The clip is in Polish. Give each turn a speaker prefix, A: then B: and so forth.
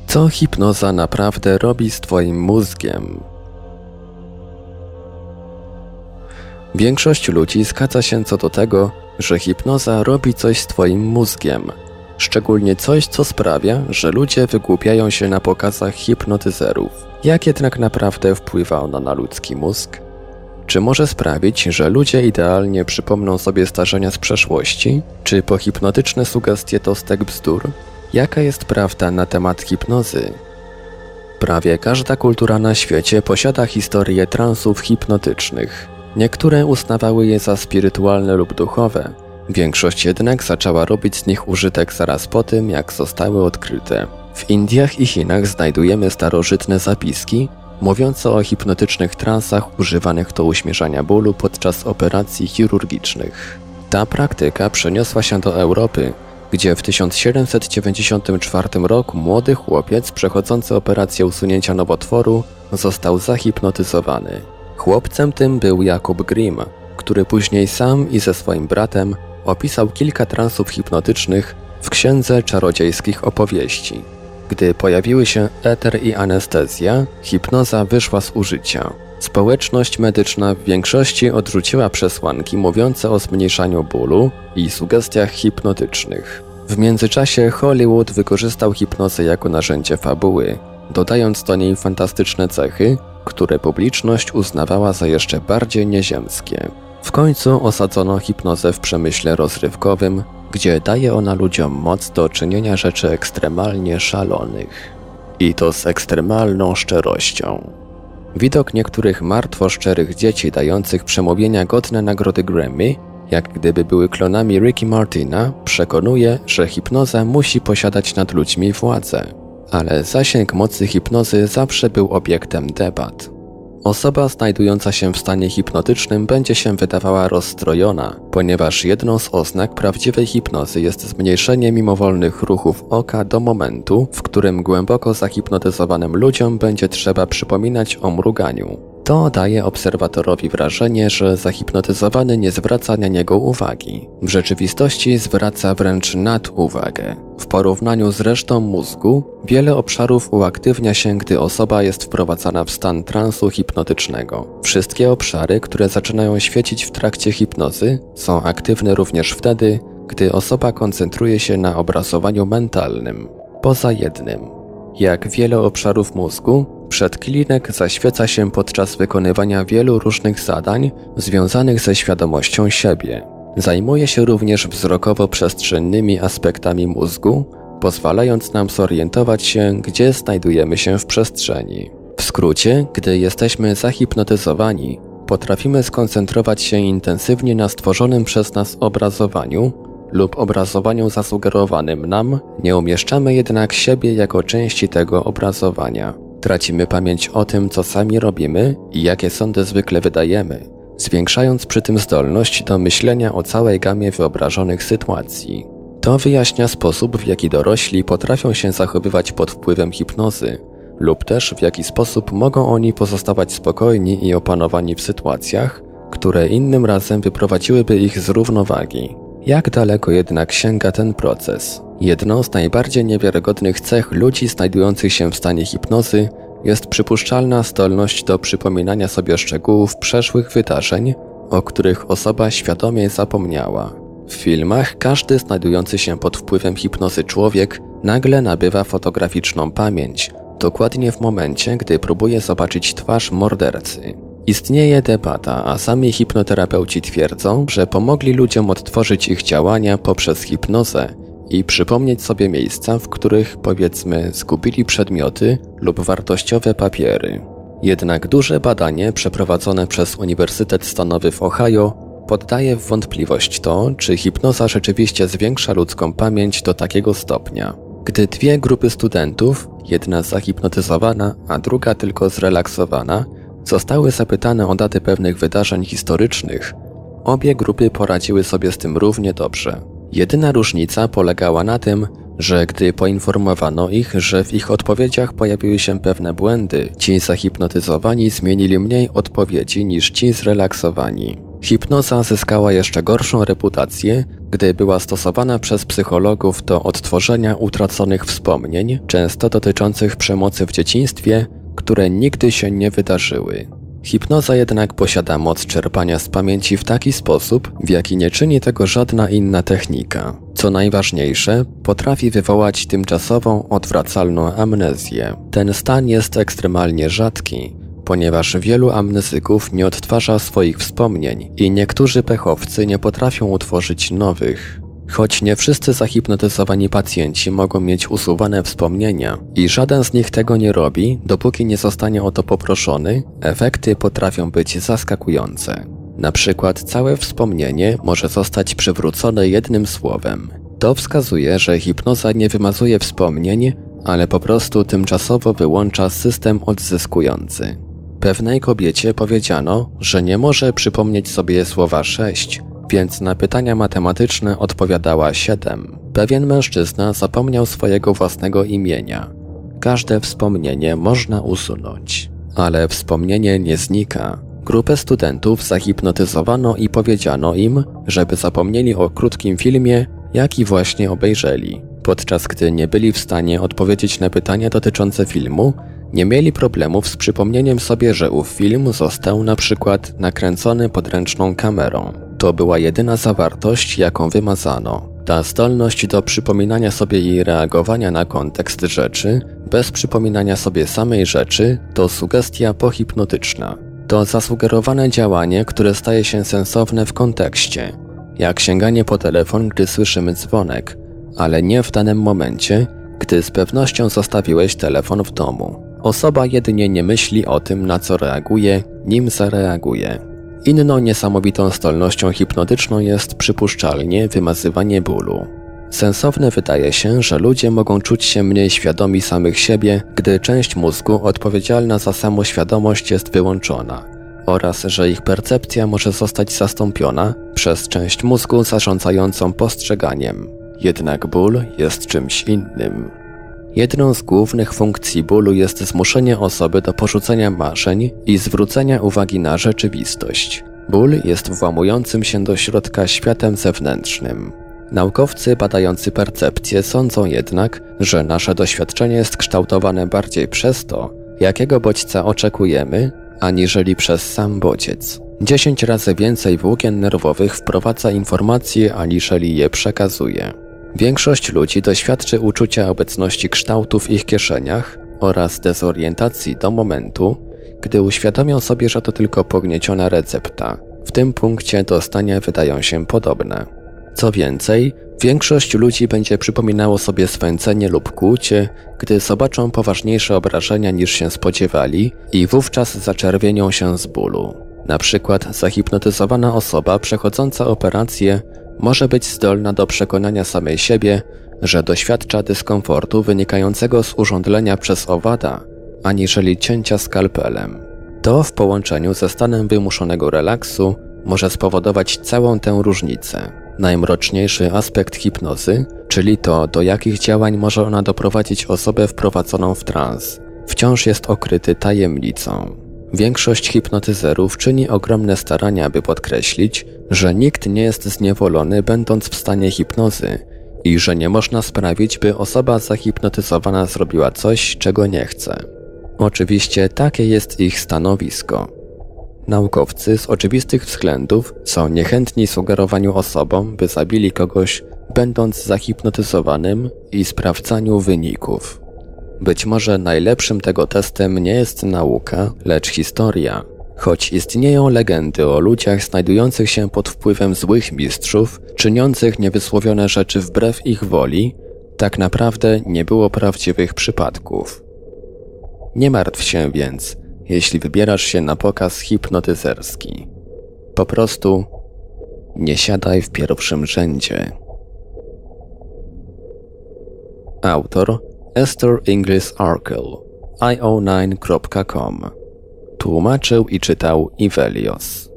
A: Co hipnoza naprawdę robi z Twoim mózgiem? Większość ludzi zgadza się co do tego, że hipnoza robi coś z Twoim mózgiem. Szczególnie coś, co sprawia, że ludzie wygłupiają się na pokazach hipnotyzerów. Jak jednak naprawdę wpływa ona na ludzki mózg? Czy może sprawić, że ludzie idealnie przypomną sobie zdarzenia z przeszłości? Czy pohipnotyczne sugestie to stek bzdur? Jaka jest prawda na temat hipnozy? Prawie każda kultura na świecie posiada historię transów hipnotycznych. Niektóre uznawały je za spirytualne lub duchowe. Większość jednak zaczęła robić z nich użytek zaraz po tym, jak zostały odkryte. W Indiach i Chinach znajdujemy starożytne zapiski mówiące o hipnotycznych transach używanych do uśmierzania bólu podczas operacji chirurgicznych. Ta praktyka przeniosła się do Europy, gdzie w 1794 roku młody chłopiec przechodzący operację usunięcia nowotworu został zahipnotyzowany. Chłopcem tym był Jakob Grimm, który później sam i ze swoim bratem opisał kilka transów hipnotycznych w Księdze Czarodziejskich Opowieści. Gdy pojawiły się eter i anestezja, hipnoza wyszła z użycia. Społeczność medyczna w większości odrzuciła przesłanki mówiące o zmniejszaniu bólu i sugestiach hipnotycznych. W międzyczasie Hollywood wykorzystał hipnozę jako narzędzie fabuły, dodając do niej fantastyczne cechy, które publiczność uznawała za jeszcze bardziej nieziemskie. W końcu osadzono hipnozę w przemyśle rozrywkowym, gdzie daje ona ludziom moc do czynienia rzeczy ekstremalnie szalonych. I to z ekstremalną szczerością. Widok niektórych martwo szczerych dzieci dających przemówienia godne nagrody Grammy, jak gdyby były klonami Ricky Martina, przekonuje, że hipnoza musi posiadać nad ludźmi władzę. Ale zasięg mocy hipnozy zawsze był obiektem debat. Osoba znajdująca się w stanie hipnotycznym będzie się wydawała rozstrojona, ponieważ jedną z oznak prawdziwej hipnozy jest zmniejszenie mimowolnych ruchów oka do momentu, w którym głęboko zahipnotyzowanym ludziom będzie trzeba przypominać o mruganiu. To daje obserwatorowi wrażenie, że zahipnotyzowany nie zwraca na niego uwagi. W rzeczywistości zwraca wręcz naduwagę. W porównaniu z resztą mózgu, wiele obszarów uaktywnia się, gdy osoba jest wprowadzana w stan transu hipnotycznego. Wszystkie obszary, które zaczynają świecić w trakcie hipnozy, są aktywne również wtedy, gdy osoba koncentruje się na obrazowaniu mentalnym. Poza jednym. Jak wiele obszarów mózgu, przedklinek zaświeca się podczas wykonywania wielu różnych zadań związanych ze świadomością siebie. Zajmuje się również wzrokowo-przestrzennymi aspektami mózgu, pozwalając nam zorientować się, gdzie znajdujemy się w przestrzeni. W skrócie, gdy jesteśmy zahipnotyzowani, potrafimy skoncentrować się intensywnie na stworzonym przez nas obrazowaniu lub obrazowaniu zasugerowanym nam, nie umieszczamy jednak siebie jako części tego obrazowania. Tracimy pamięć o tym, co sami robimy i jakie sądy zwykle wydajemy, zwiększając przy tym zdolność do myślenia o całej gamie wyobrażonych sytuacji. To wyjaśnia sposób, w jaki dorośli potrafią się zachowywać pod wpływem hipnozy, lub też w jaki sposób mogą oni pozostawać spokojni i opanowani w sytuacjach, które innym razem wyprowadziłyby ich z równowagi. Jak daleko jednak sięga ten proces? Jedną z najbardziej niewiarygodnych cech ludzi znajdujących się w stanie hipnozy jest przypuszczalna zdolność do przypominania sobie szczegółów przeszłych wydarzeń, o których osoba świadomie zapomniała. W filmach każdy znajdujący się pod wpływem hipnozy człowiek nagle nabywa fotograficzną pamięć, dokładnie w momencie, gdy próbuje zobaczyć twarz mordercy. Istnieje debata, a sami hipnoterapeuci twierdzą, że pomogli ludziom odtworzyć ich działania poprzez hipnozę i przypomnieć sobie miejsca, w których, powiedzmy, zgubili przedmioty lub wartościowe papiery. Jednak duże badanie przeprowadzone przez Uniwersytet Stanowy w Ohio poddaje w wątpliwość to, czy hipnoza rzeczywiście zwiększa ludzką pamięć do takiego stopnia. Gdy dwie grupy studentów, jedna zahipnotyzowana, a druga tylko zrelaksowana, zostały zapytane o daty pewnych wydarzeń historycznych, obie grupy poradziły sobie z tym równie dobrze. Jedyna różnica polegała na tym, że gdy poinformowano ich, że w ich odpowiedziach pojawiły się pewne błędy, ci zahipnotyzowani zmienili mniej odpowiedzi niż ci zrelaksowani. Hipnoza zyskała jeszcze gorszą reputację, gdy była stosowana przez psychologów do odtworzenia utraconych wspomnień, często dotyczących przemocy w dzieciństwie, które nigdy się nie wydarzyły. Hipnoza jednak posiada moc czerpania z pamięci w taki sposób, w jaki nie czyni tego żadna inna technika. Co najważniejsze, potrafi wywołać tymczasową, odwracalną amnezję. Ten stan jest ekstremalnie rzadki, ponieważ wielu amnezyków nie odtwarza swoich wspomnień i niektórzy pechowcy nie potrafią utworzyć nowych. Choć nie wszyscy zahipnotyzowani pacjenci mogą mieć usuwane wspomnienia i żaden z nich tego nie robi, dopóki nie zostanie o to poproszony, efekty potrafią być zaskakujące. Na przykład całe wspomnienie może zostać przywrócone jednym słowem. To wskazuje, że hipnoza nie wymazuje wspomnień, ale po prostu tymczasowo wyłącza system odzyskujący. Pewnej kobiecie powiedziano, że nie może przypomnieć sobie słowa 6, więc na pytania matematyczne odpowiadała 7. Pewien mężczyzna zapomniał swojego własnego imienia. Każde wspomnienie można usunąć, ale wspomnienie nie znika. Grupę studentów zahipnotyzowano i powiedziano im, żeby zapomnieli o krótkim filmie, jaki właśnie obejrzeli. Podczas gdy nie byli w stanie odpowiedzieć na pytania dotyczące filmu, nie mieli problemów z przypomnieniem sobie, że ów film został na przykład nakręcony podręczną kamerą. To była jedyna zawartość, jaką wymazano. Ta zdolność do przypominania sobie i reagowania na kontekst rzeczy, bez przypominania sobie samej rzeczy, to sugestia pohipnotyczna. To zasugerowane działanie, które staje się sensowne w kontekście, jak sięganie po telefon, gdy słyszymy dzwonek, ale nie w danym momencie, gdy z pewnością zostawiłeś telefon w domu. Osoba jedynie nie myśli o tym, na co reaguje, nim zareaguje. Inną niesamowitą zdolnością hipnotyczną jest przypuszczalnie wymazywanie bólu. Sensowne wydaje się, że ludzie mogą czuć się mniej świadomi samych siebie, gdy część mózgu odpowiedzialna za samoświadomość jest wyłączona, oraz że ich percepcja może zostać zastąpiona przez część mózgu zarządzającą postrzeganiem. Jednak ból jest czymś innym. Jedną z głównych funkcji bólu jest zmuszenie osoby do porzucenia marzeń i zwrócenia uwagi na rzeczywistość. Ból jest włamującym się do środka światem zewnętrznym. Naukowcy badający percepcję sądzą jednak, że nasze doświadczenie jest kształtowane bardziej przez to, jakiego bodźca oczekujemy, aniżeli przez sam bodziec. 10 razy więcej włókien nerwowych wprowadza informacje, aniżeli je przekazuje. Większość ludzi doświadczy uczucia obecności kształtu w ich kieszeniach oraz dezorientacji do momentu, gdy uświadomią sobie, że to tylko pognieciona recepta. W tym punkcie dostania wydają się podobne. Co więcej, większość ludzi będzie przypominało sobie swędzenie lub kłucie, gdy zobaczą poważniejsze obrażenia niż się spodziewali i wówczas zaczerwienią się z bólu. Na przykład zahipnotyzowana osoba przechodząca operację może być zdolna do przekonania samej siebie, że doświadcza dyskomfortu wynikającego z urządlenia przez owada, aniżeli cięcia skalpelem. To w połączeniu ze stanem wymuszonego relaksu może spowodować całą tę różnicę. Najmroczniejszy aspekt hipnozy, czyli to, do jakich działań może ona doprowadzić osobę wprowadzoną w trans, wciąż jest okryty tajemnicą. Większość hipnotyzerów czyni ogromne starania, by podkreślić, że nikt nie jest zniewolony będąc w stanie hipnozy i że nie można sprawić, by osoba zahipnotyzowana zrobiła coś, czego nie chce. Oczywiście takie jest ich stanowisko. Naukowcy z oczywistych względów są niechętni sugerowaniu osobom, by zabili kogoś, będąc zahipnotyzowanym i sprawdzaniu wyników. Być może najlepszym tego testem nie jest nauka, lecz historia. Choć istnieją legendy o ludziach znajdujących się pod wpływem złych mistrzów, czyniących niewysłowione rzeczy wbrew ich woli, tak naprawdę nie było prawdziwych przypadków. Nie martw się więc, jeśli wybierasz się na pokaz hipnotyzerski. Po prostu nie siadaj w pierwszym rzędzie. Autor Esther Inglis Arkell, io9.com. Tłumaczył i czytał Ivelios.